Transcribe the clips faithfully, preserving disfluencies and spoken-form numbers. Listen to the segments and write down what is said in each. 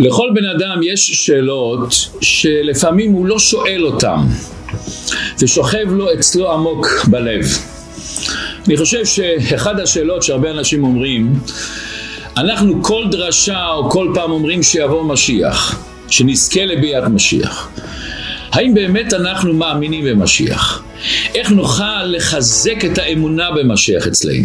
לכל בן אדם יש שאלות שלפעמים הוא לא שואל אותם ושוכב לו אצלו עמוק בלב. אני חושב שאחד השאלות שהרבה אנשים אומרים, אנחנו כל דרשה או כל פעם אומרים שיבוא משיח, שנזכה לביאת משיח. האם באמת אנחנו מאמינים במשיח? איך נוכל לחזק את האמונה במשיח אצלנו?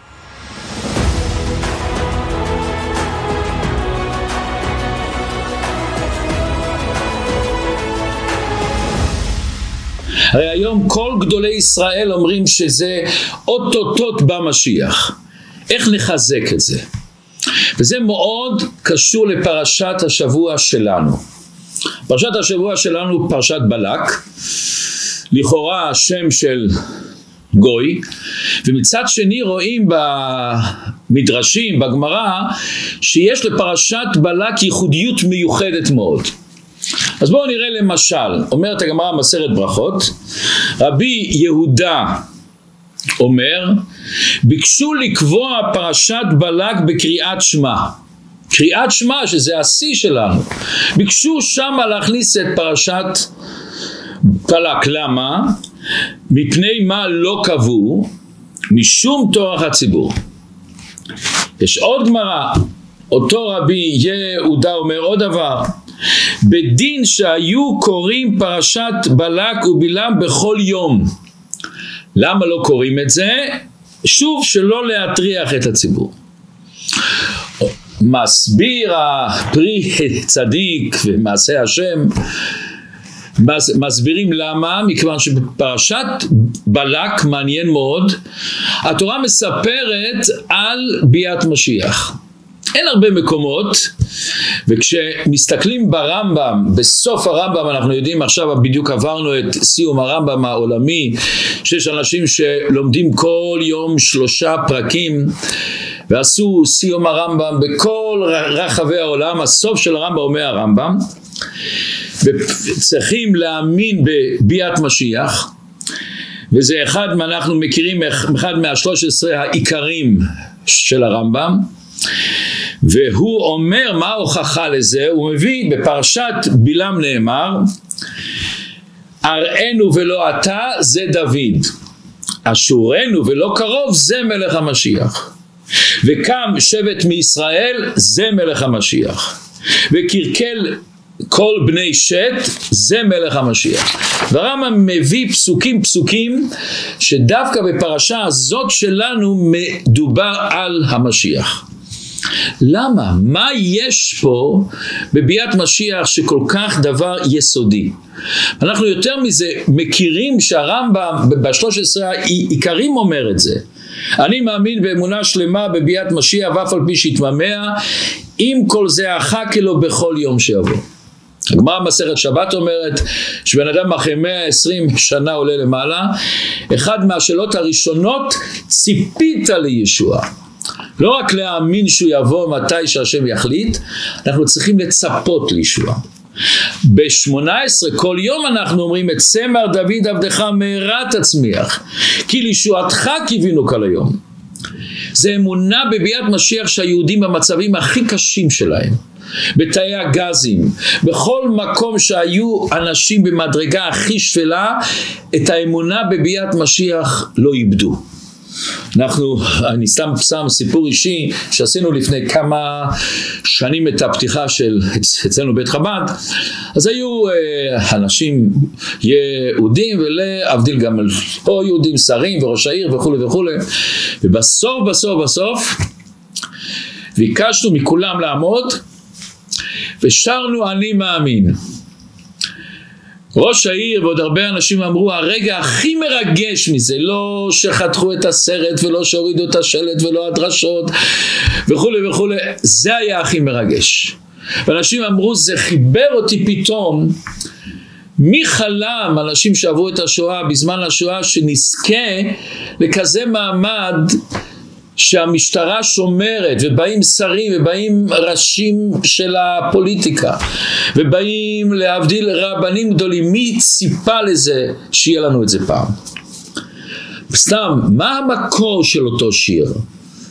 הרי היום כל גדולי ישראל אומרים שזה אוטוטוט במשיח. איך נחזק את זה? וזה מאוד קשור לפרשת השבוע שלנו. פרשת השבוע שלנו פרשת בלק, לכאורה שם של גוי, ומצד שני רואים במדרשים, בגמרא, שיש לפרשת בלק ייחודיות מיוחדת מאוד. אז בואו נראה למשל, אומרת הגמרא מסכת ברכות, רבי יהודה אומר, ביקשו לקבוע פרשת בלק בקריאת שמע. קריאת שמע שזה השיא שלנו. ביקשו שמה להכניס את פרשת בלק. למה? מפני מה לא קבעו? משום טורח הציבור. יש עוד גמרא, אותו רבי יהודה אומר עוד דבר, בדין שהיו קוראים פרשת בלק ובלעם בכל יום. למה לא קוראים את זה? שוב שלא להטריח את הציבור. מסביר הפרי צדיק ומעשה השם, מסבירים למה, מכיוון שבפרשת בלק מעניין מאוד, התורה מספרת על ביאת משיח. אין הרבה מקומות, וכשמסתכלים ברמב"ם, בסוף הרמב"ם אנחנו יודעים, עכשיו בדיוק עברנו את סיום הרמב"ם העולמי, שיש אנשים שלומדים כל יום שלושה פרקים, ועשו סיום הרמב"ם בכל רחבי העולם, הסוף של הרמב"ם אומר הרמב"ם, וצריכים להאמין בביאת משיח, וזה אחד אנחנו מכירים, אחד מה-שלוש עשרה העיקרים של הרמב"ם, והוא אומר מה ההוכחה לזה, הוא מביא בפרשת בלעם נאמר, אראנו ולא אתה זה דוד, אשורנו ולא קרוב זה מלך המשיח, וקם שבט מישראל זה מלך המשיח, וקרקל כל בני שת זה מלך המשיח. והרמב"ם מביא פסוקים פסוקים שדווקא בפרשה הזאת שלנו מדובר על המשיח. למה? מה יש פה בביאת משיח שכל כך דבר יסודי? אנחנו יותר מזה מכירים שהרמב"ם בשלוש עשרה העיקרים אומר את זה. אני מאמין באמונה שלמה בביאת משיח ואף על פי שיתממע, עם כל זה אחכה לו בכל יום שיבוא. הגמרא מסכת שבת אומרת שבן אדם אחרי מאה ועשרים שנה עולה למעלה, אחד מהשאלות הראשונות, ציפית לישוע. לא רק להאמין שהוא יבוא מתי שהשם יחליט, אנחנו צריכים לצפות לישוע. ב-שמונה עשרה כל יום אנחנו אומרים את צמר דוד עבדך מהרה תצמיח, כי לישועתך קיווינו כל היום. זה אמונה בביאת משיח שהיהודים במצבים הכי קשים שלהם, בתאי הגזים, בכל מקום שהיו אנשים במדרגה הכי שפלה, את האמונה בביאת משיח לא איבדו. אנחנו, אני סתם שם סיפור אישי שעשינו לפני כמה שנים את הפתיחה של אצלנו בית חב"ד, אז היו אה, אנשים יהודים ולהבדיל גם פה יהודים שרים וראש העיר וכו' וכו', ובסוף בסוף בסוף ביקשנו מכולם לעמוד ושרנו אני מאמין. ראש העיר ועוד הרבה אנשים אמרו, הרגע הכי מרגש מזה, לא שחתכו את הסרט ולא שהורידו את השלט ולא הדרשות וכו' וכו', זה היה הכי מרגש. ואנשים אמרו, זה חיבר אותי פתאום, מי חלם, אנשים שעברו את השואה, בזמן השואה, שנזכה לכזה מעמד שהמשטרה שומרת, ובאים שרים ובאים ראשים של הפוליטיקה, ובאים להבדיל רבנים גדולים. מי ציפה לזה שיהיה לנו את זה פעם? סתם, מה המקור של אותו שיר?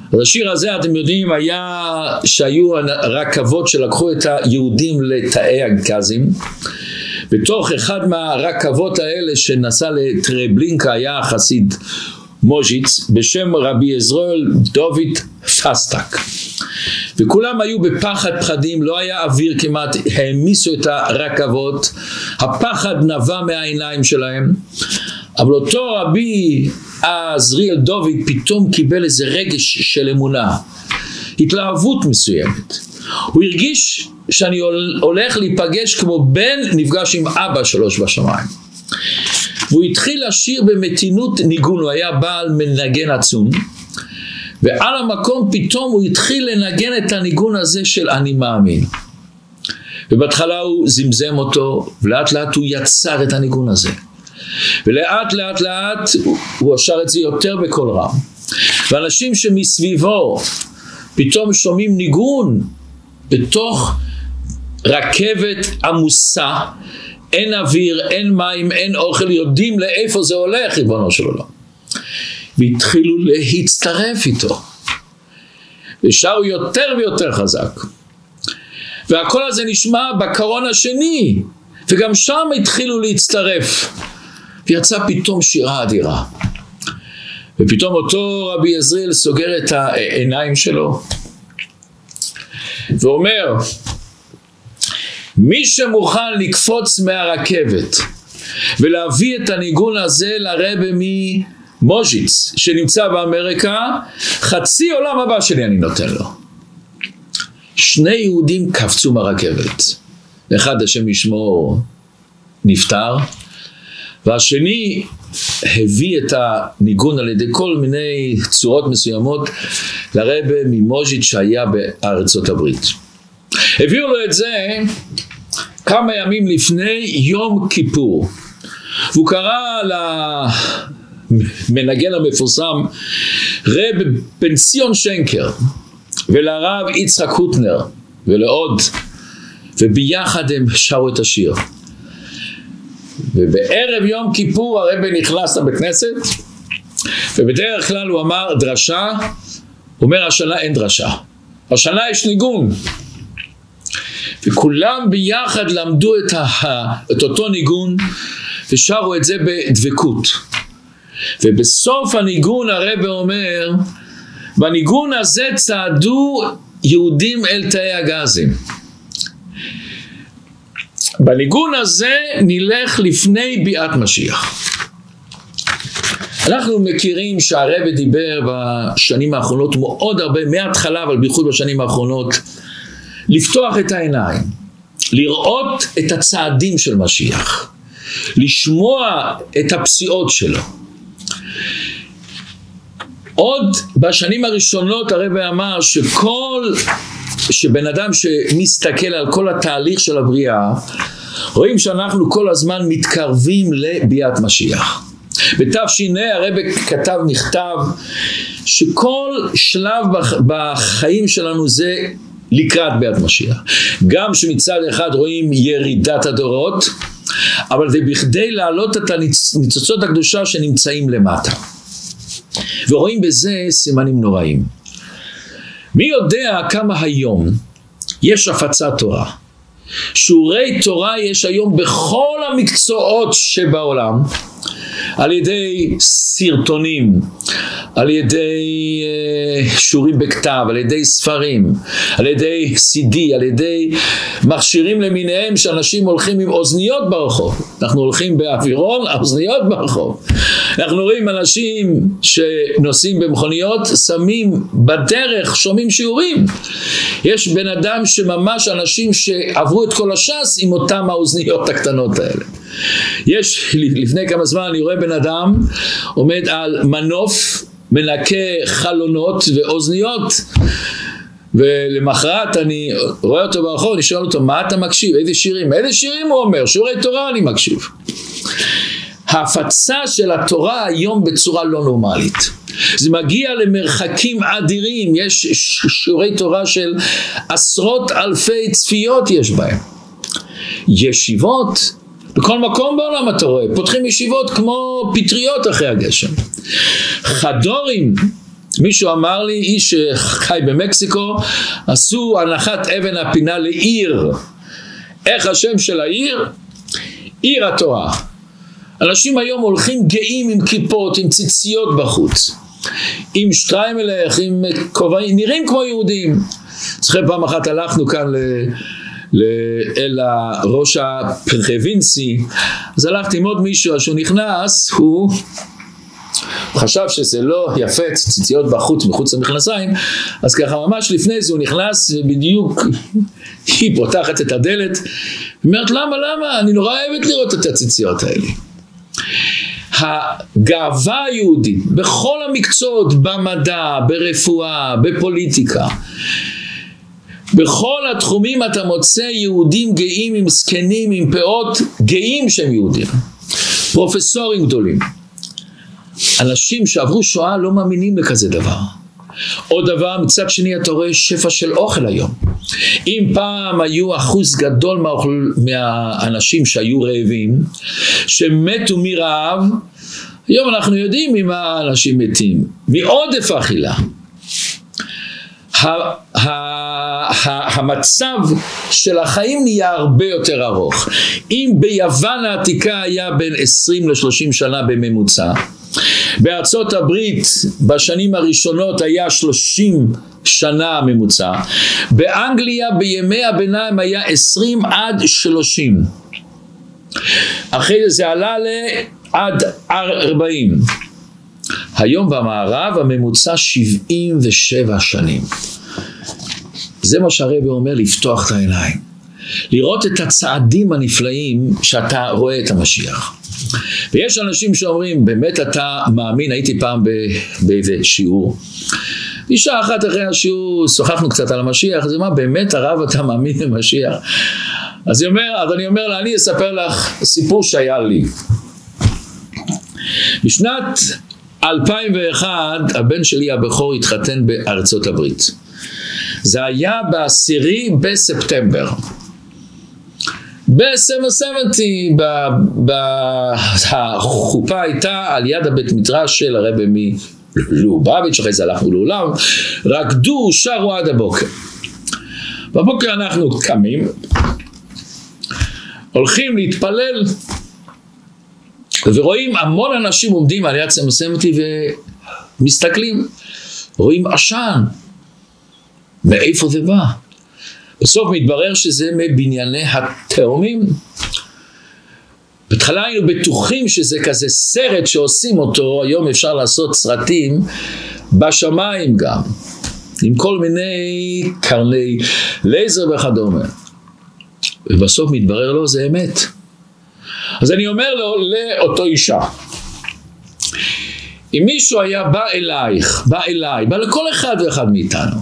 אז השיר הזה, אתם יודעים, היה שהיו רכבות שלקחו את היהודים לתאי הגזים. בתוך אחד מהרכבות האלה שנסע לטרבלינקה היה חסיד מוז'יץ בשם רבי יזרעאל דוד פסטק. וכולם היו בפחד פחדים, לא היה אוויר כמעט, העמיסו את הרכבות, הפחד נבע מהעיניים שלהם. אבל אותו רבי יזרעאל דוד פתאום קיבל איזה רגש של אמונה, התלהבות מסוימת. הוא הרגיש שאני הולך להיפגש כמו בן נפגש עם אבא שלו בשמיים. והוא התחיל לשיר במתינות ניגון, הוא היה בעל מנגן עצום, ועל המקום פתאום הוא התחיל לנגן את הניגון הזה של אני מאמין. ובהתחלה הוא זמזם אותו, ולאט לאט הוא יצר את הניגון הזה. ולאט לאט לאט הוא שר את זה יותר בקול רם. ואנשים שמסביבו פתאום שומעים ניגון בתוך רכבת עמוסה, אין אוויר, אין מים, אין אוכל, יודעים לאיפה זה הולך, ריבונו של עולם. והתחילו להצטרף איתו. ושרו יותר ויותר חזק. והכל הזה נשמע בקרון השני, וגם שם התחילו להצטרף. ויצא פתאום שירה אדירה. ופתאום אותו רבי יזרעאל סוגר את העיניים שלו, ואומר, מי שמוכן לקפוץ מהרכבת ולהביא את הניגון הזה לרבי ממוז'יץ שנמצא באמריקה, חצי עולם הבא שלי אני נותן לו. שני יהודים קפצו מהרכבת, אחד השם ישמור נפטר, והשני הביא את הניגון על ידי כל מיני צורות מסוימות לרבי ממוז'יץ שהיה בארצות הברית. הביאו לו את זה כמה ימים לפני יום כיפור, והוא קרא למנגן המפורסם רב בן ציון שנקר ולרב יצחק הוטנר ולעוד, וביחד הם שרו את השיר. ובערב יום כיפור הרב נכנס לבית כנסת, ובדרך כלל הוא אמר דרשה, הוא אומר השנה אין דרשה, השנה יש ניגון. וכולם ביחד למדו את, ה, את אותו ניגון ושרו את זה בדבקות. ובסוף הניגון הרב אומר, בניגון הזה צעדו יהודים אל תאי הגזים. בניגון הזה נלך לפני ביאת משיח. אנחנו מכירים שהרב דיבר בשנים האחרונות מאוד הרבה, מההתחלה אבל בייחוד בשנים האחרונות, לפתוח את העיניים, לראות את הצעדים של משיח, לשמוע את הפסיעות שלו. עוד בשנים הראשונות הרב אמר שכל, שבן אדם שמסתכל על כל התהליך של הבריאה, רואים שאנחנו כל הזמן מתקרבים לביאת משיח. בתש"ע הרב כתב מכתב שכל שלב בחיים שלנו זה לקראת ביאת משיח. גם שמצד אחד רואים ירידת הדורות, אבל זה בכדי להעלות את הניצוצות הקדושה שנמצאים למטה. ורואים בזה סימנים נוראים. מי יודע כמה היום יש הפצת תורה? שיעורי תורה יש היום בכל המקצועות שבעולם, על ידי סרטונים, על ידי uh, שיעורים בכתב, על ידי ספרים, על ידי סי די, על ידי מכשירים למיניהם שאנשים הולכים עם אוזניות ברחוב. אנחנו הולכים באווירון, אוזניות ברחוב. אנחנו רואים אנשים שנוסעים במכוניות, שמים בדרך, שומעים שיעורים. יש בן אדם שממש אנשים שעברו את כל הש"ס עם אותם האוזניות הקטנות האלה. יש, לפני כמה זמן אני רואה בן אדם עומד על מנוף, מנקה חלונות ואוזניות, ולמחרת אני רואה אותו ברחוב, אני שואל אותו, מה אתה מקשיב? איזה שירים? איזה שירים הוא אומר? שיעורי תורה אני מקשיב. ההפצה של התורה היום בצורה לא נורמלית. זה מגיע למרחקים אדירים, יש שיעורי תורה של עשרות אלפי צפיות יש בהם. ישיבות, בכל מקום בעולם אתה רואה, פותחים ישיבות כמו פטריות אחרי הגשם. חדורים, מישהו אמר לי, איש שחי במקסיקו, עשו הנחת אבן הפינה לעיר. איך השם של העיר? עיר התורה. אנשים היום הולכים גאים עם כיפות, עם ציציות בחוץ, עם שטריימלך, עם כובעים, נראים כמו יהודים. צריכים פעם אחת הלכנו כאן ל... אל הראש הפרווינסי, אז הלכתי עם עוד מישהו, שהוא נכנס, הוא חשב שזה לא יפה, ציציות בחוץ, מחוץ למכנסיים, אז ככה ממש לפני זה הוא נכנס, ובדיוק היא פותחת את הדלת, ואומרת, למה, למה? אני נורא אוהבת לראות את הציציות האלה. הגאווה היהודית, בכל המקצועות, במדע, ברפואה, בפוליטיקה, בכל התחומים אתה מוצא יהודים גאים עם זקנים, עם פאות, גאים שהם יהודים. פרופסורים גדולים. אנשים שעברו שואה לא מאמינים לכזה דבר. עוד דבר, מצד שני אתה רואה שפע של אוכל היום. אם פעם היו אחוז גדול מהאוכל, מהאנשים שהיו רעבים, שמתו מרעב, היום אנחנו יודעים ממה האנשים מתים. מעודף אכילה. המצב של החיים נהיה הרבה יותר ארוך. אם ביוון העתיקה היה בין עשרים לשלושים שנה בממוצע, בארצות הברית בשנים הראשונות היה שלושים שנה ממוצע, באנגליה בימי הביניים היה עשרים עד שלושים, אחרי זה עלה לעד ארבעים. היום במערב הממוצע שבעים ושבע שנים. זה מה שהרבי אומר, לפתוח את העיניים, לראות את הצעדים הנפלאים שאתה רואה את המשיח. ויש אנשים שאומרים, באמת אתה מאמין? הייתי פעם באיזה שיעור, אישה אחת אחרי השיעור שוחחנו קצת על המשיח, אז היא אמרה, באמת הרב אתה מאמין במשיח? אז היא אומר, אז אני אומר לה, אני אספר לך סיפור שהיה לי. בשנת אלפיים ואחת הבן שלי הבכור התחתן בארצות הברית. זה היה בעשירי בספטמבר. ב-שבע שבעים החופה הייתה על יד הבית מדרש של הרבי מלובביץ', אחרי זה הלכנו לעולם, רקדו, שרו עד הבוקר. בבוקר אנחנו קמים, הולכים להתפלל, ורואים המון אנשים עומדים על יד שבע שבעים ומסתכלים, רואים עשן. מאיפה זה בא? בסוף מתברר שזה מבנייני התאומים. בתחילה היינו בטוחים שזה כזה סרט שעושים אותו, היום אפשר לעשות סרטים בשמיים גם, עם כל מיני קרני לייזר וכדומה. ובסוף מתברר לו, זה אמת. אז אני אומר לו, לאותו אישה, אם מישהו היה בא אלייך, בא אליי, בא לכל אחד ואחד מאיתנו,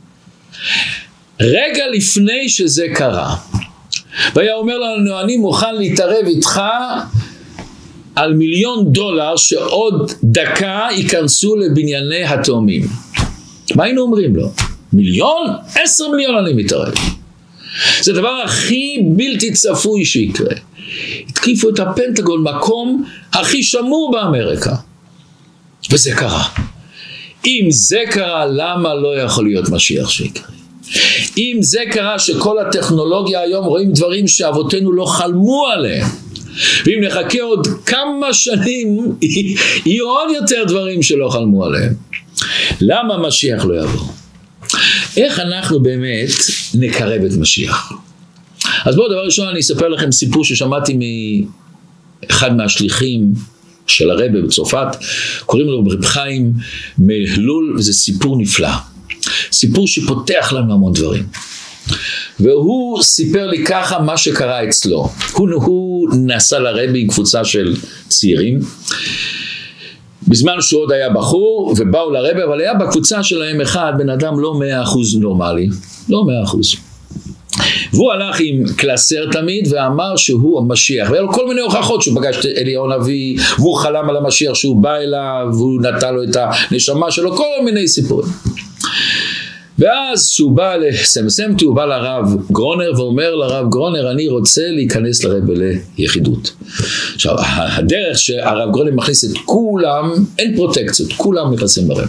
רגע לפני שזה קרה, והיה אומר לנו, אני מוכן להתערב איתך על מיליון דולר שעוד דקה ייכנסו לבנייני התאומים. מה היינו אומרים לו? מיליון? עשר מיליון אני מתערב. זה הדבר הכי בלתי צפוי שיקרה. התקיפו את הפנטגון, מקום הכי שמור באמריקה. וזה קרה. אם זה קרה, למה לא יכול להיות משיח שיקרה? אם זה קרה שכל הטכנולוגיה היום רואים דברים שאבותינו לא חלמו עליהם, ואם נחכה עוד כמה שנים יהיו עוד יותר דברים שלא חלמו עליהם, למה משיח לא יבוא? איך אנחנו באמת נקרב את משיח? אז בואו, דבר ראשון אני אספר לכם סיפור ששמעתי מאחד מהשליחים של הרבי בצרפת, קוראים לו רב חיים מלול, וזה סיפור נפלא. סיפור שפותח לנו המון דברים. והוא סיפר לי ככה מה שקרה אצלו. הוא, הוא נסע לרבי עם קבוצה של צעירים, בזמן שהוא עוד היה בחור, ובאו לרבי, אבל היה בקבוצה שלהם אחד, בן אדם לא מאה אחוז נורמלי, לא מאה אחוז. והוא הלך עם קלסר תמיד ואמר שהוא המשיח, והיה לו כל מיני הוכחות שהוא פגש את אליהו הנביא, והוא חלם על המשיח שהוא בא אליו, והוא נתן לו את הנשמה שלו, כל מיני סיפורים. ואז שהוא בא לסמסמתי, הוא בא לרב גרונר ואומר לרב גרונר, אני רוצה להיכנס לרבי ליחידות. עכשיו, הדרך שהרב גרונר מכניס את כולם, אין פרוטקציות, כולם נכנסים ברבי.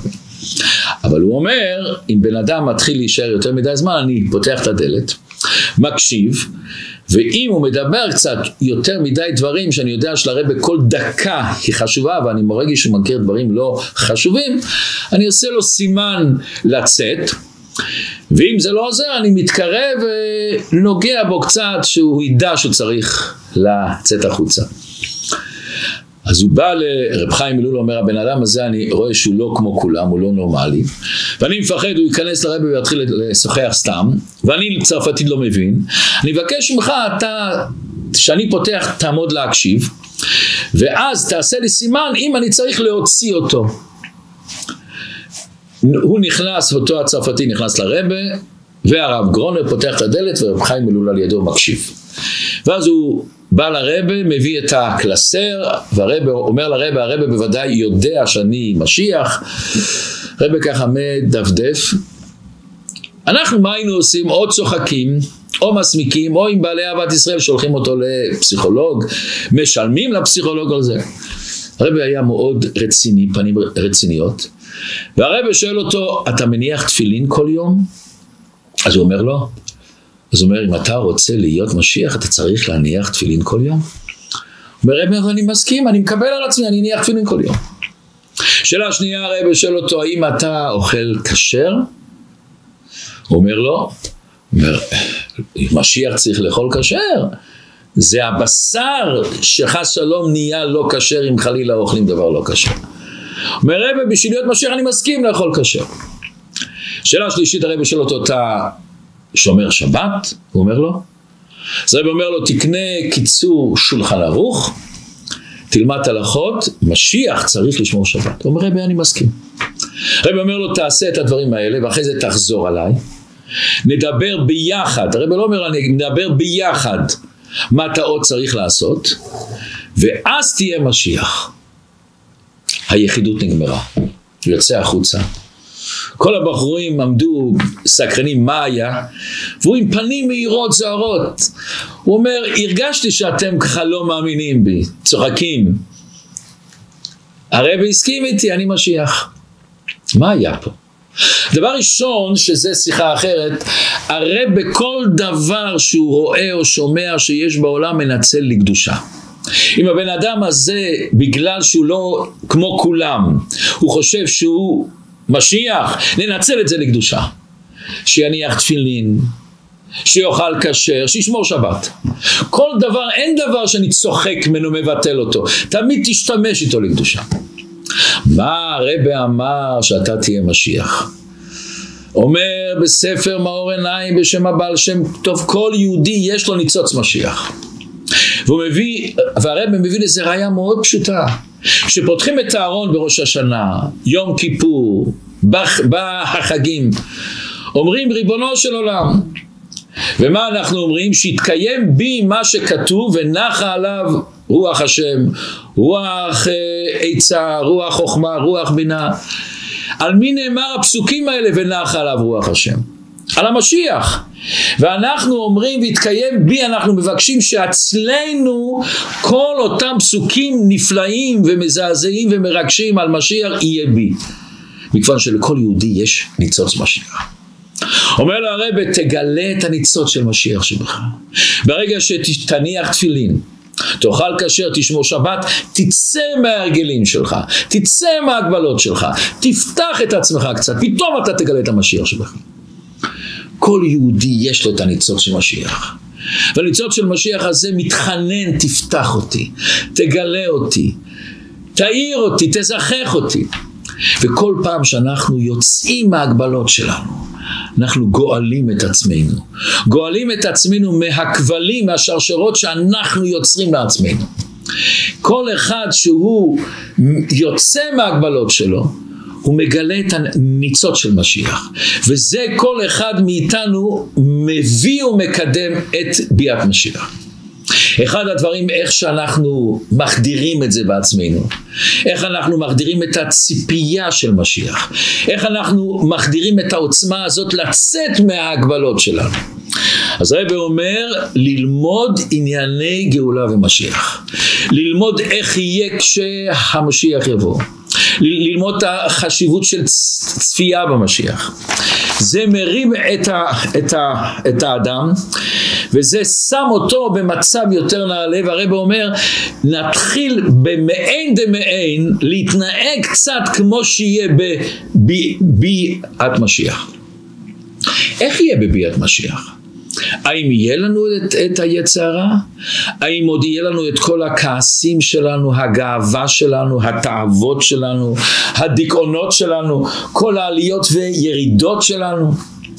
אבל הוא אומר, אם בן אדם מתחיל להישאר יותר מדי זמן, אני פותח את הדלת, מקשיב, ואם הוא מדבר קצת יותר מדי דברים שאני יודע שלרבי כל דקה היא חשובה, ואני מרגיש שהוא מכיר דברים לא חשובים, אני עושה לו סימן לצאת, ואם זה לא עוזר אני מתקרב ונוגע בו קצת שהוא ידע שהוא צריך לצאת החוצה. אז הוא בא לרב חיים מלול, אומר, הבן אדם הזה אני רואה שהוא לא כמו כולם, הוא לא נורמלי, ואני מפחד הוא ייכנס לרבי ויתחיל לשוחח סתם, ואני צרפתית לא מבין, אני מבקש ממך, אתה, שאני פותח תעמוד להקשיב, ואז תעשה לי סימן אם אני צריך להוציא אותו. הוא נכנס, אותו הצרפתי נכנס לרבי, והרב גרונר פותח את הדלת, ורב חיים מלול על ידו מקשיב. ואז הוא בא לרבי, מביא את הקלסר, והרבי אומר לרבי, הרבי בוודאי יודע שאני משיח, רבי ככה מדפדף. אנחנו מה היינו עושים? או צוחקים, או מסמיקים, או עם בעלי אהבת ישראל שולחים אותו לפסיכולוג, משלמים לפסיכולוג על זה. הרבי היה מאוד רציני, פנים רציניות, והרבי שואל אותו, אתה מניח תפילין כל יום? אז הוא אומר לו, אז הוא אומר, אם אתה רוצה להיות משיח, אתה צריך להניח תפילין כל יום. הוא אומר, רבי, אני מסכים, אני מקבל על עצמי, אני אניח תפילין כל יום. שאלה שנייה, הרבי שואל אותו, האם אתה אוכל כשר? הוא אומר לו, הוא אומר, משיח צריך לאכול כשר. זה הבשר שחס שלום נהיה לא כשר, אם חלילה אוכלים דבר לא כשר. הוא אומר, רבי, בשביל להיות משיח אני מסכים לאכול כשר. שאלה שלישית, הרבי שואל אותו, אתה שומר שבת? הוא אומר לו. אז הרבי אומר לו, תקנה קיצור שולחן ערוך, תלמד הלכות, משיח צריך לשמור שבת. הוא אומר, רבי, אני מסכים. הרבי אומר לו, תעשה את הדברים האלה, ואחרי זה תחזור עליי, נדבר ביחד, הרבי לא אומר, נדבר ביחד, מה אתה עוד צריך לעשות, ואז תהיה משיח. היחידות נגמרה, הוא יוצא החוצה. כל הבחורים עמדו סקרנים מה היה, והוא עם פנים מהירות זוהרות. הוא אומר, הרגשתי שאתם ככה לא מאמינים בי, צוחקים. הרבי הסכים איתי, אני משיח. מה היה פה? דבר ראשון, שזה שיחה אחרת, הרבי בכל דבר שהוא רואה או שומע שיש בעולם מנצל לקדושה. אם הבן אדם הזה, בגלל שהוא לא כמו כולם, הוא חושב שהוא משיח, ננצל את זה לקדושה. שיניח תפילין, שיאכל כשר, שישמור שבת. כל דבר, אין דבר שאני צוחק ממנו, מבטל אותו. תמיד תשתמש איתו לקדושה. מה הרבי אמר שאתה תהיה משיח? אומר בספר מאור עיניים בשם הבעל שם טוב, כל יהודי יש לו ניצוץ משיח. והוא מביא, והרבי מביא לזה ראיה מאוד פשוטה. כשפותחים את הארון בראש השנה, יום כיפור, בחגים, אומרים ריבונו של עולם. ומה אנחנו אומרים? שיתקיים בי מה שכתוב ונחה עליו רוח השם, רוח עצה, רוח חוכמה, רוח בינה. על מי נאמר הפסוקים האלה ונחה עליו רוח השם? על המשיח. ואנחנו אומרים והתקיים בי, אנחנו מבקשים שאצלנו כל אותם פסוקים נפלאים ומזעזעים ומרגשים על משיח יהיה בי. מכיוון שלכל יהודי יש ניצוץ משיח. אומר לו הרבי, תגלה את הניצוץ של משיח שבך. ברגע שתניח תפילין, תאכל כשר, תשמור שבת, תצא מההרגלים שלך, תצא מההגבלות שלך, תפתח את עצמך קצת, פתאום אתה תגלה את המשיח שבך. כל יהודי יש לו את הניצוץ של משיח. והניצוץ של משיח הזה מתחנן, תפתח אותי, תגלה אותי, תאיר אותי, תזכח אותי. וכל פעם שאנחנו יוצאים מההגבלות שלנו, אנחנו גואלים את עצמנו. גואלים את עצמנו מהכבלים, מהשרשרות שאנחנו יוצרים לעצמנו. כל אחד שהוא יוצא מההגבלות שלו, הוא מגלה את הניצוץ של משיח. וזה כל אחד מאיתנו מביא ומקדם את ביאת משיח. אחד הדברים, איך שאנחנו מחדירים את זה בעצמנו, איך אנחנו מחדירים את הציפייה של משיח, איך אנחנו מחדירים את העוצמה הזאת לצאת מההגבלות שלנו. אז הרבי אומר, ללמוד ענייני גאולה ומשיח, ללמוד איך יהיה כשהמשיח יבוא, ללמוד את החשיבות של צפייה במשיח. זה מרים את, ה, את, ה, את האדם, וזה שם אותו במצב יותר נעלה, והרב אומר, נתחיל במעין דמעין, להתנהג קצת כמו שיהיה בביאת משיח. איך יהיה בביאת משיח? האם יהיה לנו את, את היצר הרע? האם עוד יהיה לנו את כל הכעסים שלנו, הגאווה שלנו, התאוות שלנו, הדיכאונות שלנו, כל העליות וירידות שלנו?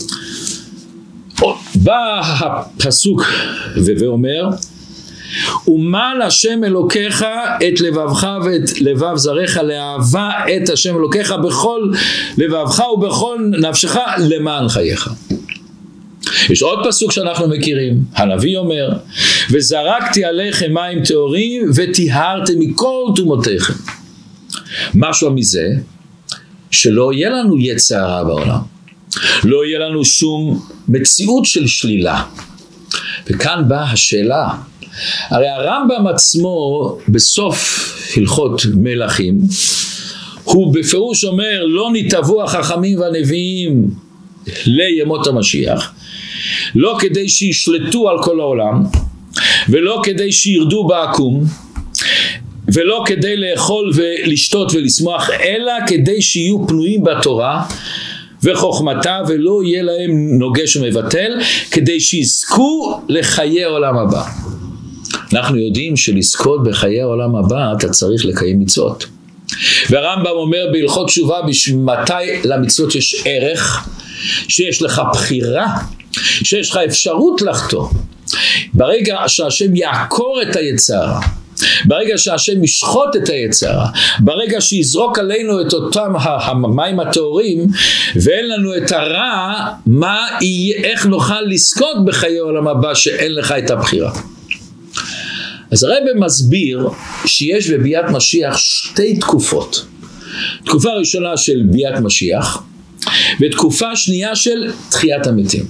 בא הפסוק ואומר, ומל השם אלוקיך את לבבך ואת לבב זרעך לאהבה את השם אלוקיך בכל לבבך ובכל נפשך למען חייך. יש עוד פסוק שאנחנו מכירים, הנביא אומר, וזרקתי עליכם מים טהורים וטיהרתם מכל טומאותיכם. משהו מזה שלא יהיה לנו יצר הרע בעולם, לא יהיה לנו שום מציאות של שלילה. וכאן באה השאלה, הרי הרמב"ם עצמו בסוף הלכות מלכים הוא בפירוש אומר, לא נתעבו החכמים והנביאים לימות המשיח, לא כדי שישלטו על כל העולם, ולא כדי שירדו בעקום, ולא כדי לאכול ולשתות ולשמוח, אלא כדי שיהיו פנויים בתורה וחוכמתה, ולא יהיה להם נוגש ומבטל, כדי שיזכו לחיי העולם הבא. אנחנו יודעים שלזכות בחיי העולם הבא אתה צריך לקיים מצוות, והרמב"ם אומר בהלכות תשובה, מתי למצוות יש ערך, שיש לך בחירה, שיש לך אפשרות לחטוא. ברגע שהשם יעקור את היצר, ברגע שהשם ישחוט את היצר, ברגע שיזרוק עלינו את אותם המים הטהורים ואין לנו את הרע, מה יהיה, איך נוכל לזכות בחיי העולם הבא שאין לך את הבחירה? אז הרב מסביר שיש בביאת משיח שתי תקופות. תקופה ראשונה של ביאת משיח, ותקופה שנייה של תחיית המתים.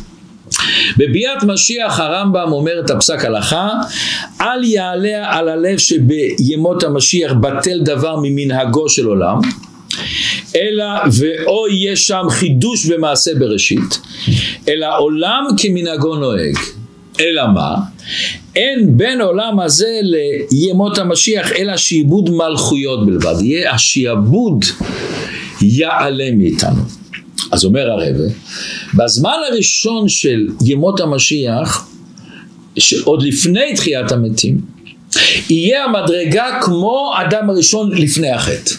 בביאת משיח הרמב"ם אומר את הפסק הלכה, אל יעלה על הלב שבימות המשיח בטל דבר ממנהגו של עולם, אלא ואו יהיה שם חידוש במעשה בראשית, אלא עולם כמנהגו נוהג. אלא מה? אין בין עולם הזה לימות המשיח אלא שיעבוד מלכויות בלבד. יהיה השיעבוד יעלה מאיתנו. אז אומר הרב, בזמן הראשון של ימות המשיח, שעוד לפני תחיית המתים, יהיה המדרגה כמו אדם הראשון לפני החטא.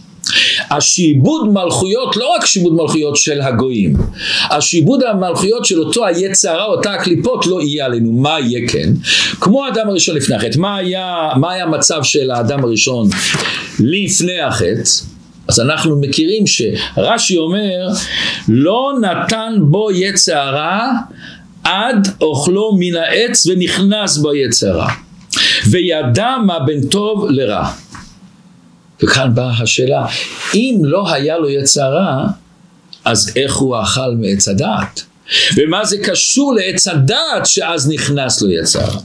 השיעבוד מלכויות, לא רק שיעבוד מלכויות של הגויים, השיעבוד המלכויות של אותו היצר הרע, אותה הקליפות לא יהיה עלינו. מה יהיה? כן, כמו האדם הראשון לפני החטא. מה היה, מה היה המצב של האדם הראשון לפני החטא? אז אנחנו מכירים שרש"י אומר, לא נתן בו יצר הרע עד אוכלו מן העץ ונכנס בו יצר הרע, וידע מה בין טוב לרע. וכאן באה השאלה, אם לא היה לו יצר הרע, אז איך הוא אכל מעץ הדעת? ומה זה קשור לעץ הדעת שאז נכנס לו יצר הרע?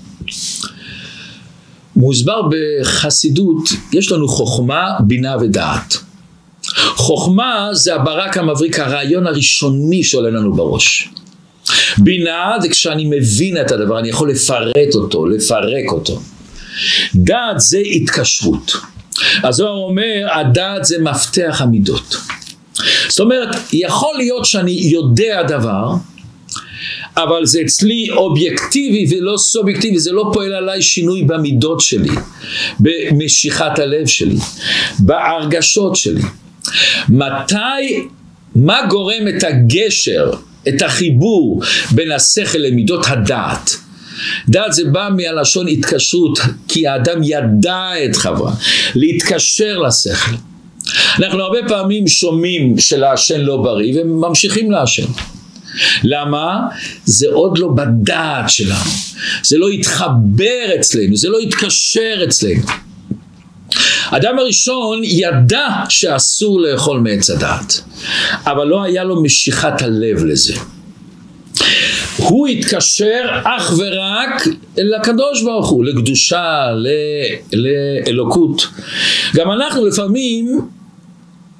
מוסבר בחסידות, יש לנו חוכמה, בינה ודעת. חוכמה זה הברק המבריק, הרעיון הראשוני שעולה לנו בראש. בינה זה כשאני מבין את הדבר, אני יכול לפרט אותו, לפרק אותו. דעת זה התקשרות. אז הוא אומר, הדעת זה מפתח המידות. זאת אומרת, יכול להיות שאני יודע דבר, אבל זה אצלי אובייקטיבי ולא סובייקטיבי, זה לא פועל עליי שינוי במידות שלי, במשיכת הלב שלי, בהרגשות שלי. מתי, מה גורם את הגשר, את החיבור בין השכל למידות? הדעת. דעת זה בא מהלשון התקשרות, כי האדם ידע את חברה, להתקשר לשכל. אנחנו הרבה פעמים שומעים שלעשן לא בריא וממשיכים לעשן. למה? זה עוד לא בדעת שלנו, זה לא התחבר אצלנו, זה לא התקשר אצלנו. האדם הראשון ידע שאסור לאכול מעץ הדעת, אבל לא היה לו משיכת הלב לזה. הוא התקשר אך ורק לקדוש ברוך הוא, לקדושה, לאלוקות. גם אנחנו לפעמים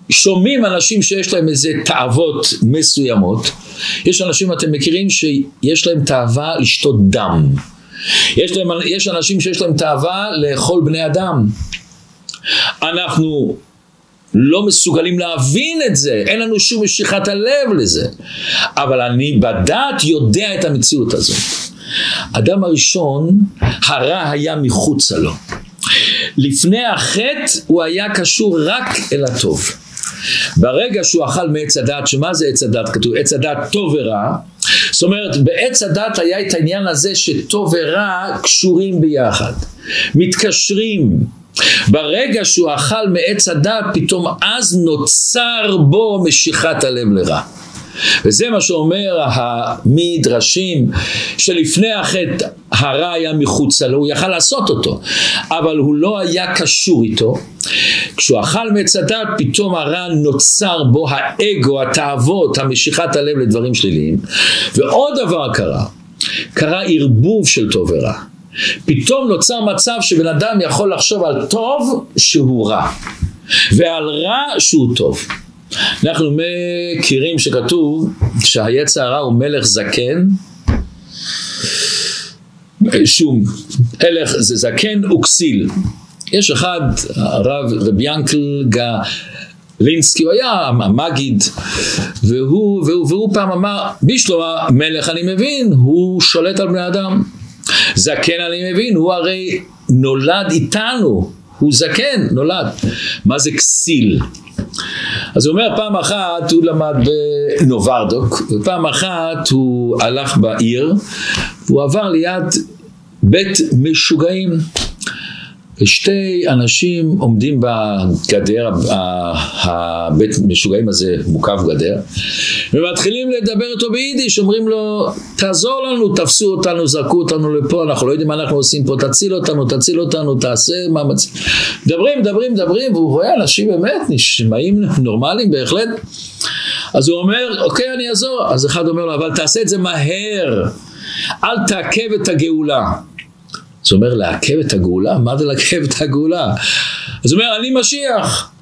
שומעים אנשים שיש להם איזה תאוות מסוימות. יש אנשים, אתם מכירים, שיש להם תאווה לשתות דם. יש, להם, יש אנשים שיש להם תאווה לאכול בני אדם. אנחנו לא מסוגלים להבין את זה, אין לנו שום משיכת הלב לזה. אבל אני בדעת יודע את המציאות הזאת. אדם הראשון, הרע היה מחוצה לו. לפני החטא הוא היה קשור רק אל הטוב. ברגע שהוא אכל מעץ הדת, שמה זה עץ הדת? כתוב עץ הדת טוב ורע. זאת אומרת, בעץ הדת היה את העניין הזה שטוב ורע קשורים ביחד, מתקשרים. ברגע שהוא אכל מעץ הדת, פתאום אז נוצר בו משיכת הלב לרע. וזה מה שאומר המדרשים, שלפני החטא הרע היה מחוצה לו, הוא יכל לעשות אותו, אבל הוא לא היה קשור איתו. כשהוא אכל מעץ הדת, פתאום הרע נוצר בו האגו, התאוות, המשיכת הלב לדברים שליליים. ועוד דבר קרה, קרה ערבוב של טוב ורע. פתאום נוצר מצב שבן אדם יכול לחשוב על טוב שהוא רע, ועל רע שהוא טוב. אנחנו מכירים שכתוב שהיצר הרע הוא מלך זקן, שום הלך זה זקן וכסיל. יש אחד, הרב רבי ינקל גלינסקי, הוא היה המגיד, והוא, והוא, והוא פעם אמר, בשלמה מלך אני מבין, הוא שולט על בני אדם. זקן אני מבין, הוא הרי נולד איתנו, הוא זקן, נולד. מה זה כסיל? אז הוא אומר, פעם אחת הוא למד בנוברדוק, ופעם אחת הוא הלך בעיר, והוא עבר ליד בית משוגעים. שתי אנשים עומדים בגדר, הבית משוגעים הזה מוקף גדר, ומתחילים לדבר איתו ביידיש, אומרים לו, תעזור לנו, תפסו אותנו, זרקו אותנו לפה, אנחנו לא יודעים מה אנחנו עושים פה, תציל אותנו, תציל אותנו, תעשה מאמץ. מדברים, מדברים, מדברים, והוא רואה אנשים באמת נשמעים נורמליים בהחלט. אז הוא אומר, אוקיי, אני אעזור. אז אחד אומר לו, אבל תעשה את זה מהר, אל תעכב את הגאולה. אז הוא אומר, לעכב את הגאולה? מה זה לעכב את הגאולה? אז הוא אומר, אני משיח.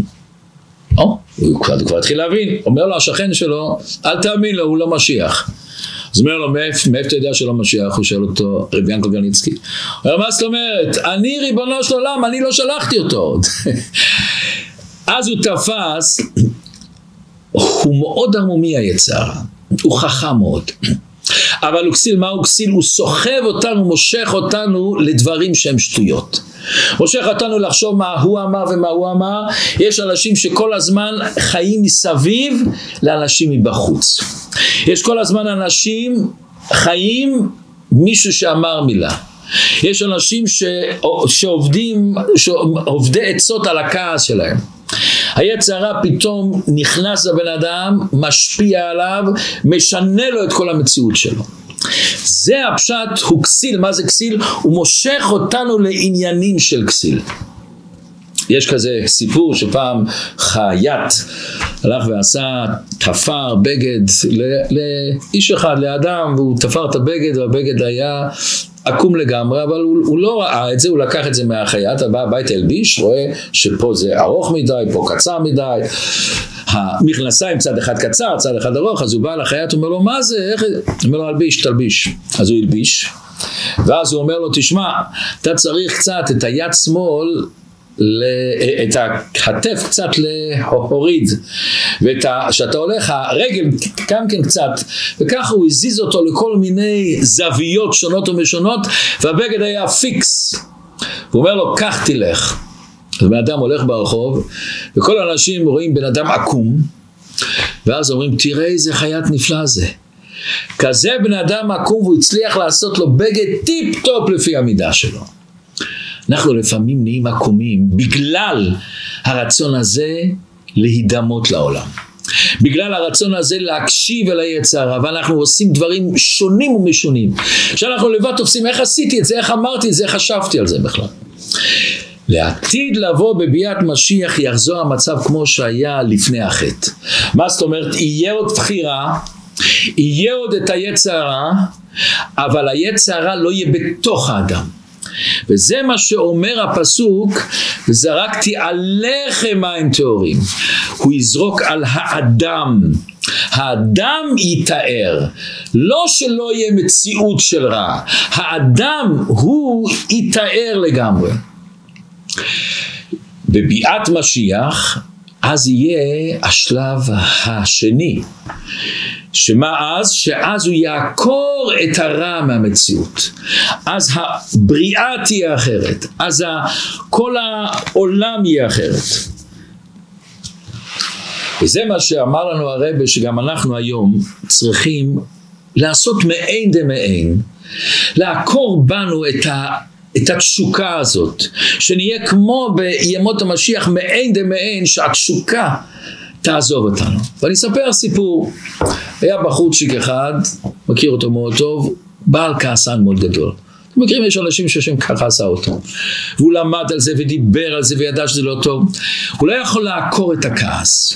או, הוא כבר, הוא כבר התחיל להבין. אומר לו השכן שלו, אל תאמין לו, הוא לא משיח. אז הוא אומר לו, מאיפה אתה יודע שלא משיח? הוא שואל אותו, רבי ינקל גלינסקי. הוא אומר, מה זאת אומרת? אני ריבונו של עולם, אני לא שלחתי אותו. אז הוא תפס, הוא מאוד ערמומי היצר, הוא חכם מאוד. אבל הוא כסיל, מה הוא כסיל? הוא סוחב אותנו, מושך אותנו לדברים שהם שטויות. מושך אותנו לחשוב מה הוא אמר ומה הוא אמר. יש אנשים שכל הזמן חיים מסביב לאנשים מבחוץ. יש כל הזמן אנשים חיים מישהו שאמר מילה. יש אנשים ש... שעובדים, שעובדי עצות על הכעס שלהם. היצר הרע פתאום נכנס לבן אדם, משפיע עליו, משנה לו את כל המציאות שלו. זה הפשט, הוא כסיל. מה זה כסיל? הוא מושך אותנו לעניינים של כסיל. יש כזה סיפור שפעם חייט הלך ועשה תפר בגד לאיש אחד, לאדם, והוא תפר את הבגד, והבגד היה עקום לגמרי, אבל הוא, הוא לא ראה את זה, הוא לקח את זה מהחייט, בא הביתה אלביש, רואה שפה זה ארוך מדי, פה קצר מדי, המכנסיים צד אחד קצר, צד אחד ארוך, אז הוא בא לחייט, הוא אומר לו, מה זה? איך... הוא אומר לו, אלביש, תלביש. אז הוא אלביש, ואז הוא אומר לו, תשמע, אתה צריך קצת את היד שמאל, את הכתף קצת להוריד, ושאתה הולך הרגל גם כן קצת, וככה הוא הזיז אותו לכל מיני זוויות שונות ומשונות, והבגד היה פיקס. הוא אומר לו, כך תלך. אז בן אדם הולך ברחוב, וכל האנשים רואים בן אדם עקום, ואז אומרים, תראה איזה חיית נפלא זה. כזה בן אדם עקום, והוא הצליח לעשות לו בגד טיפ טופ לפי המידה שלו. אנחנו לפעמים נהיים עקומים בגלל הרצון הזה להידמות לעולם. בגלל הרצון הזה להקשיב אל היצר, אבל אנחנו עושים דברים שונים ומשונים. שאנחנו לבד תופסים, איך עשיתי את זה, איך אמרתי את זה, איך חשבתי על זה בכלל. לעתיד לבוא בביאת משיח יחזור המצב כמו שהיה לפני החטא. מה זאת אומרת? יהיה עוד בחירה, יהיה עוד את היצר הרע, אבל היצר הרע לא יהיה בתוך האדם. וזה מה שאומר הפסוק, וזרקתי עליכם מים טהורים. הוא יזרוק על האדם, האדם יתאר, לא שלא יהיה מציאות של רע, האדם הוא יתאר לגמרי. בביאת משיח אז יהיה השלב השני, שמה אז? שאז הוא יעקור את הרע מהמציאות, אז הבריאה תהיה אחרת, אז כל העולם יהיה אחרת. וזה מה שאמר לנו הרב, שגם אנחנו היום צריכים לעשות מעין דמעין, לעקור בנו את ה... את התשוקה הזאת, שנהיה כמו בימות המשיח מעין דמעין, שהתשוקה תעזוב אותנו. ואני אספר סיפור. היה בחורצ'יק אחד, מכיר אותו מאוד טוב, בעל כעסן מאוד גדול. אתם מכירים, יש אנשים שהשם ככה עשה אותו, והוא למד על זה ודיבר על זה וידע שזה לא טוב. הוא לא יכול לעקור את הכעס.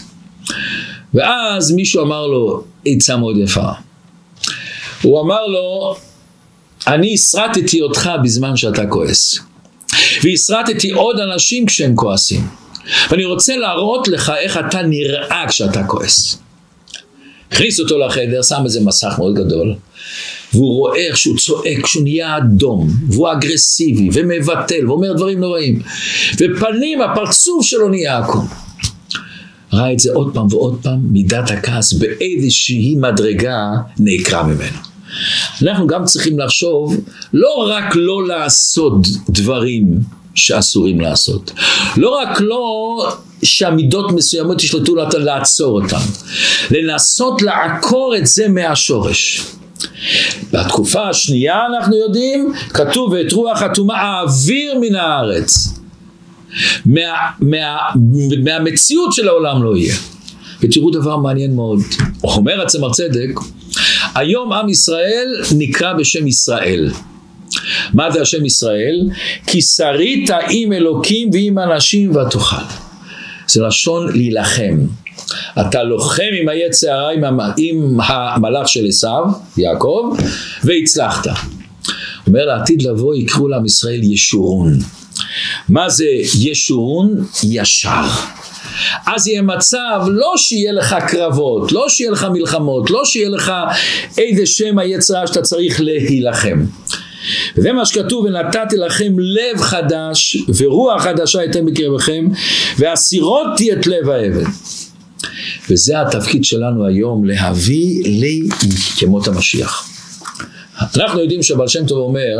ואז מישהו אמר לו עצה מאוד יפה. הוא אמר לו, אני הסרטתי אותך בזמן שאתה כועס, והסרטתי עוד אנשים כשהם כועסים, ואני רוצה להראות לך איך אתה נראה כשאתה כועס. הכניס אותו לחדר, שם איזה מסך מאוד גדול, והוא רואה איך שהוא צועק, שהוא נהיה אדום, והוא אגרסיבי ומבטל ואומר דברים נוראים, ופנים הפרצוף שלו נהיה עקום. ראה את זה עוד פעם ועוד פעם, מידת הכעס באיזושהי מדרגה נעקרה ממנו. אנחנו גם צריכים לחשוב לא רק לא לעשות דברים שאסורים לעשות, לא רק לא שהמידות מסוימות ישלטו לעצור אותם, לנסות לעקור את זה מהשורש. בתקופה השנייה אנחנו יודעים, כתוב ואת רוח הטומאה האוויר מן הארץ, מה, מה, מהמציאות של העולם לא יהיה. ותראו דבר מעניין מאוד, אומר הצמח צדק, היום עם ישראל נקרא בשם ישראל. מה זה השם ישראל? כי שרית עם אלוקים ועם אנשים ותאכל. זה לשון להילחם. אתה לוחם עם היצר הרע, עם המלאך של עשיו, יעקב, והצלחת. אומר לעתיד לבוא יקראו לעם ישראל ישורון. מה זה ישורון? ישר. אז יהיה מצב לא שיהיה לך קרבות, לא שיהיה לך מלחמות, לא שיהיה לך איזה שם היצרה שאתה צריך להילחם. וזה מה שכתוב, ונתתי לכם לב חדש ורוח חדשה הייתם בקרבכם, והסירותי את לב העבד. וזה התפקיד שלנו היום, להביא לי כמות המשיח. אנחנו יודעים שבעל שם טוב אומר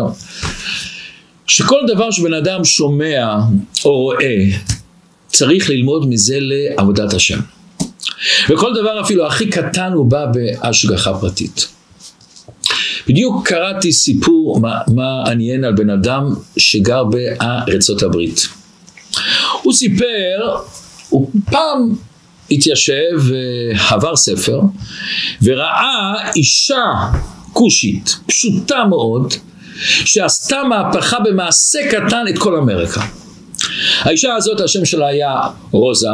שכל דבר שבן אדם שומע או רואה צריך ללמוד מזה לעבודת השם. וכל דבר אפילו הכי קטן הוא בא בהשגחה פרטית. בדיוק קראתי סיפור מעניין על בן אדם שגר בארצות הברית. הוא סיפר, הוא פעם התיישב ועבר ספר וראה אישה קושית פשוטה מאוד שעשתה מהפכה במעשה קטן את כל אמריקה. האישה הזאת השם שלה היה רוזה,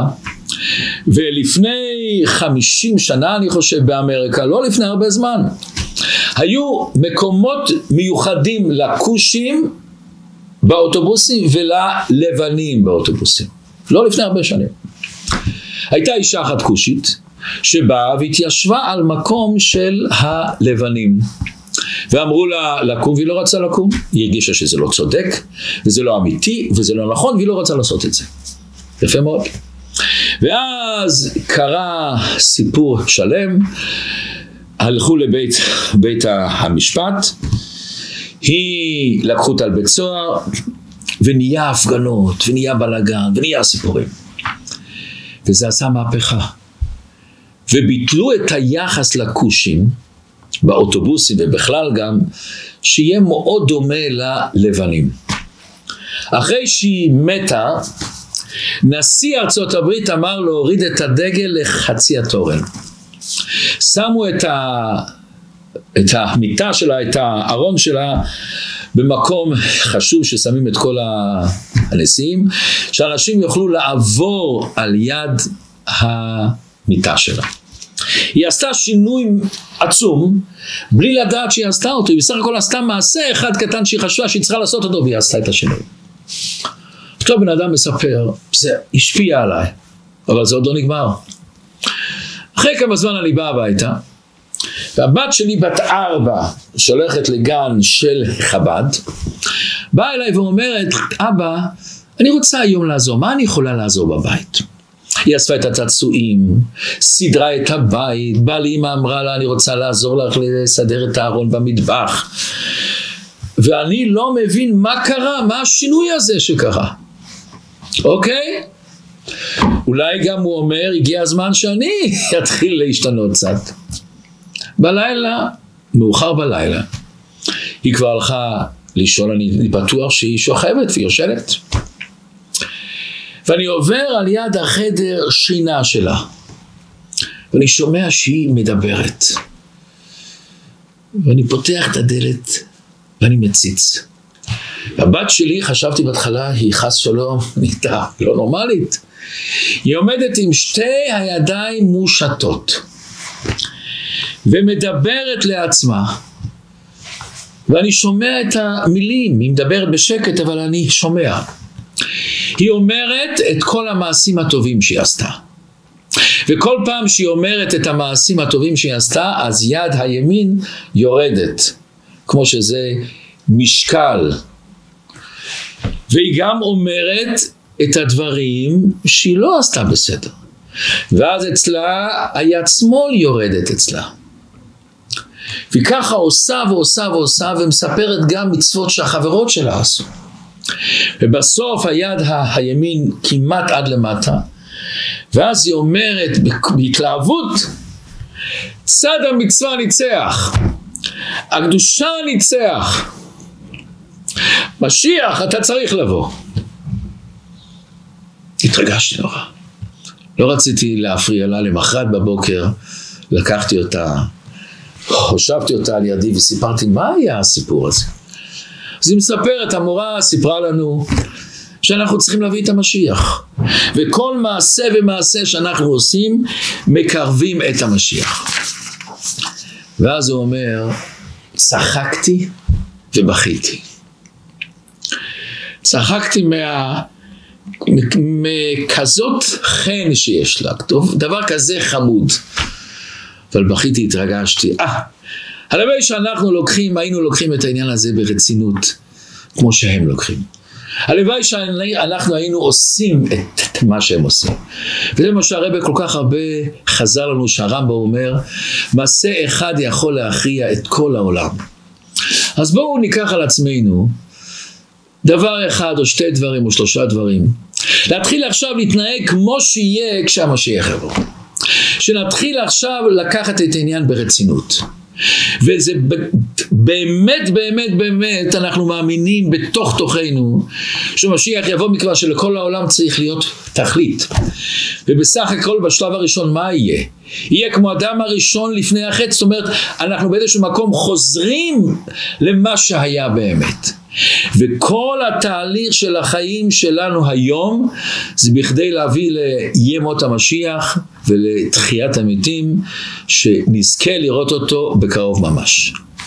ולפני חמישים שנה אני חושב באמריקה, לא לפני הרבה זמן, היו מקומות מיוחדים לקושים באוטובוסים וללבנים באוטובוסים, לא לפני הרבה שנים. הייתה אישה אחת קושית שבאה והתיישבה על מקום של הלבנים, ואמרו לה לקום והיא לא רצה לקום. היא הרגישה שזה לא צודק וזה לא אמיתי וזה לא נכון, והיא לא רצה לעשות את זה. יפה מאוד. ואז קרה סיפור שלם, הלכו לבית בית המשפט, היא לקחו אותה על בית סוהר, ונהיה הפגנות ונהיה בלגן ונהיה סיפורים, וזה עשה מהפכה, וביטלו את היחס לקושים באוטובוסים ובכלל גם, שיהיה מאוד דומה ללבנים. אחרי שהיא מתה, נשיא ארצות הברית אמר להוריד את הדגל לחצי התורן. שמו את, ה... את המיטה שלה, את הארון שלה, במקום חשוב ששמים את כל הנשיאים, שאנשים יוכלו לעבור על יד המיטה שלה. היא עשתה שינוי עצום, בלי לדעת שהיא עשתה אותו, היא בסך הכל עשתה מעשה אחד קטן שהיא חשבה שהיא צריכה לעשות אותו, והיא עשתה את השינוי. עכשיו בן אדם מספר, זה השפיע עליי, אבל זה עוד לא נגמר. אחרי כמה זמן אני בא הביתה, והבת שלי בת ארבע, שהולכת לגן של חב"ד, באה אליי ואומרת, אבא, אני רוצה היום לעזור, מה אני יכולה לעזור בבית? היא אספה את הצעצועים, סדרה את הבית, באה לי אמא אמרה לה, אני רוצה לעזור לך לסדר את הארון במטבח, ואני לא מבין מה קרה, מה השינוי הזה שקרה. אוקיי? אולי גם הוא אומר, הגיע הזמן שאני אתחיל להשתנות קצת. בלילה, מאוחר בלילה, היא כבר הלכה לישון, אני בטוח שהיא שוכבת ויושבת. ואני עובר על יד החדר שינה שלה, ואני שומע שהיא מדברת. ואני פותח את הדלת, ואני מציץ. הבת שלי, חשבתי בהתחלה, היא חס שלום, ניתה, לא נורמלית. היא עומדת עם שתי הידיים מושטות, ומדברת לעצמה, ואני שומע את המילים, היא מדברת בשקט, אבל אני שומע. היא אומרת את כל המעשים הטובים שהיא עשתה. וכל פעם שהיא אומרת את המעשים הטובים שהיא עשתה, אז יד הימין יורדת, כמו שזה משקל. והיא גם אומרת את הדברים שהיא לא עשתה בסדר. ואז אצלה היד שמאל יורדת אצלה. והיא ככה עושה ועושה ועושה, ומספרת גם מצוות שהחברות שלה עשו. ובסוף היד הימין כמעט עד למטה, ואז היא אומרת בהתלהבות, צד המצווה ניצח, הקדושה ניצח, משיח אתה צריך לבוא. התרגשתי נורא, לא רציתי להפריע לה. למחרת בבוקר לקחתי אותה, חושבתי אותה על ידי וסיפרתי מה היה הסיפור הזה. אז היא מספרת, המורה סיפרה לנו שאנחנו צריכים להביא את המשיח, וכל מעשה ומעשה שאנחנו עושים מקרבים את המשיח. ואז הוא אומר, צחקתי ובכיתי. צחקתי מה... מכזאת חן שיש לה, דבר כזה חמוד, אבל בכיתי, התרגשתי. אה, הלוואי שאנחנו לוקחים, היינו לוקחים את העניין הזה ברצינות, כמו שהם לוקחים. הלוואי שאנחנו היינו עושים את מה שהם עושים. וזה מה שהרבא כל כך הרבה חזר לנו, שהרמב"ם אומר, מעשה אחד יכול להכריע את כל העולם. אז בואו ניקח על עצמנו דבר אחד או שתי דברים או שלושה דברים, להתחיל עכשיו להתנהג כמו שיהיה כשהמשיח יבוא. שנתחיל עכשיו לקחת את העניין ברצינות. וזה באמת באמת באמת אנחנו מאמינים בתוך תוכנו שמשיח יבוא, מכיוון שלכל העולם צריך להיות תכלית. ובסך הכל בשלב הראשון מה יהיה? יהיה כמו אדם הראשון לפני החטא, זאת אומרת אנחנו באיזשהו מקום חוזרים למה שהיה באמת. וכל התהליך של החיים שלנו היום זה בכדי להביא לימות המשיח ולתחיית המתים, שנזכה לראות אותו בקרוב ממש.